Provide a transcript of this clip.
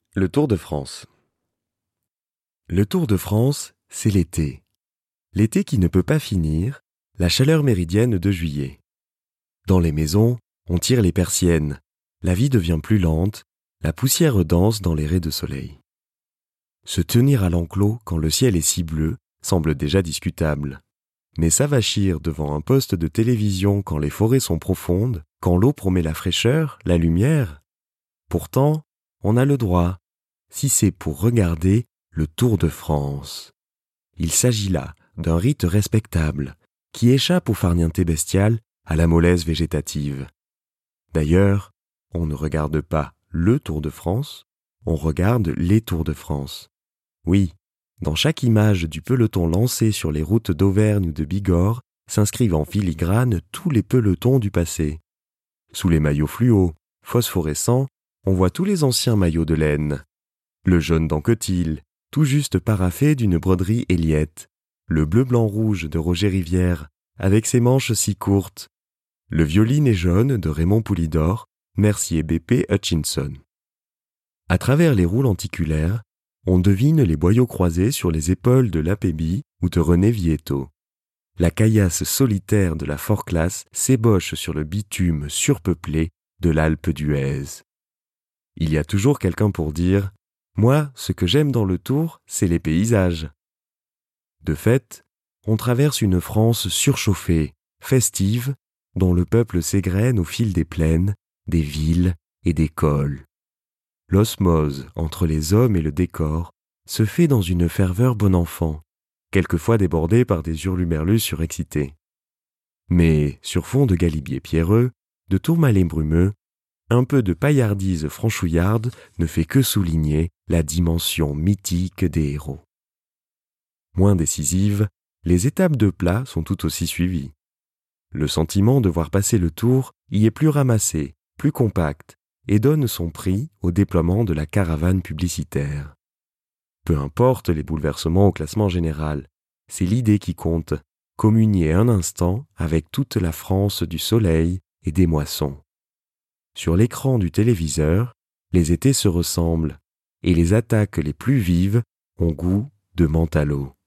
Le Tour de France. Le Tour de France, c'est l'été. L'été qui ne peut pas finir, la chaleur méridienne de juillet. Dans les maisons, on tire les persiennes, la vie devient plus lente, la poussière danse dans les raies de soleil. Se tenir à l'enclos quand le ciel est si bleu semble déjà discutable. Mais s'avachir devant un poste de télévision quand les forêts sont profondes, quand l'eau promet la fraîcheur, la lumière, pourtant, on a le droit, si c'est pour regarder le Tour de France. Il s'agit là d'un rite respectable, qui échappe au farniente bestial, à la mollesse végétative. D'ailleurs, on ne regarde pas le Tour de France, on regarde les Tours de France. Oui, dans chaque image du peloton lancé sur les routes d'Auvergne ou de Bigorre s'inscrivent en filigrane tous les pelotons du passé. Sous les maillots fluo, phosphorescents, on voit tous les anciens maillots de laine. Le jaune d'Anquetil, tout juste paraffé d'une broderie Eliette. Le bleu-blanc-rouge de Roger Rivière, avec ses manches si courtes. Le violine et jaune de Raymond Poulidor, Mercier BP Hutchinson. À travers les roues lenticulaires, on devine les boyaux croisés sur les épaules de Lapébie ou de René Vietto. La caillasse solitaire de la Forclaz s'ébauche sur le bitume surpeuplé de l'Alpe d'Huez. Il y a toujours quelqu'un pour dire « Moi, ce que j'aime dans le Tour, c'est les paysages ». De fait, on traverse une France surchauffée, festive, dont le peuple s'égrène au fil des plaines, des villes et des cols. L'osmose entre les hommes et le décor se fait dans une ferveur bon enfant, quelquefois débordée par des hurluberlus surexcités. Mais sur fond de galibier pierreux, de tourmalets brumeux, un peu de paillardise franchouillarde ne fait que souligner la dimension mythique des héros. Moins décisives, les étapes de plat sont tout aussi suivies. Le sentiment de voir passer le Tour y est plus ramassé, plus compact, et donne son prix au déploiement de la caravane publicitaire. Peu importe les bouleversements au classement général, c'est l'idée qui compte, communier un instant avec toute la France du soleil et des moissons. Sur l'écran du téléviseur, les étés se ressemblent, et les attaques les plus vives ont goût de menthe à l'eau.